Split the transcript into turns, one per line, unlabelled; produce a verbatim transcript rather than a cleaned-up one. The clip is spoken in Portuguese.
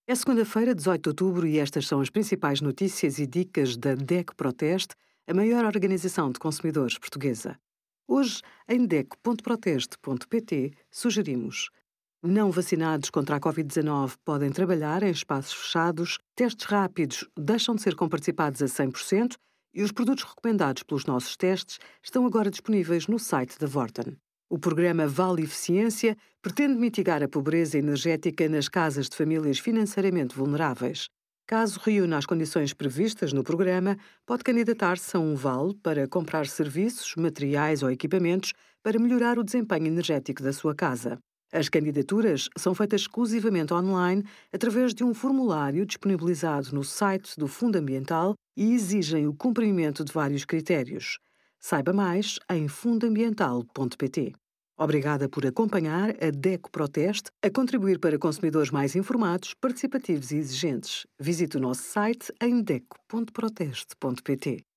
É segunda-feira, dezoito de outubro, e estas são as principais notícias e dicas da D E C Proteste, a maior organização de consumidores portuguesa. Hoje, em D E C ponto proteste ponto pt, sugerimos: não vacinados contra a covid dezanove podem trabalhar em espaços fechados, testes rápidos deixam de ser comparticipados a cem por cento e os produtos recomendados pelos nossos testes estão agora disponíveis no site da Vorten. O programa Vale Eficiência pretende mitigar a pobreza energética nas casas de famílias financeiramente vulneráveis. Caso reúna as condições previstas no programa, pode candidatar-se a um vale para comprar serviços, materiais ou equipamentos para melhorar o desempenho energético da sua casa. As candidaturas são feitas exclusivamente online através de um formulário disponibilizado no site do Fundo Ambiental e exigem o cumprimento de vários critérios. Saiba mais em fundambiental ponto pt. Obrigada por acompanhar a D E C Proteste a contribuir para consumidores mais informados, participativos e exigentes. Visite o nosso site em D E C ponto proteste ponto pt.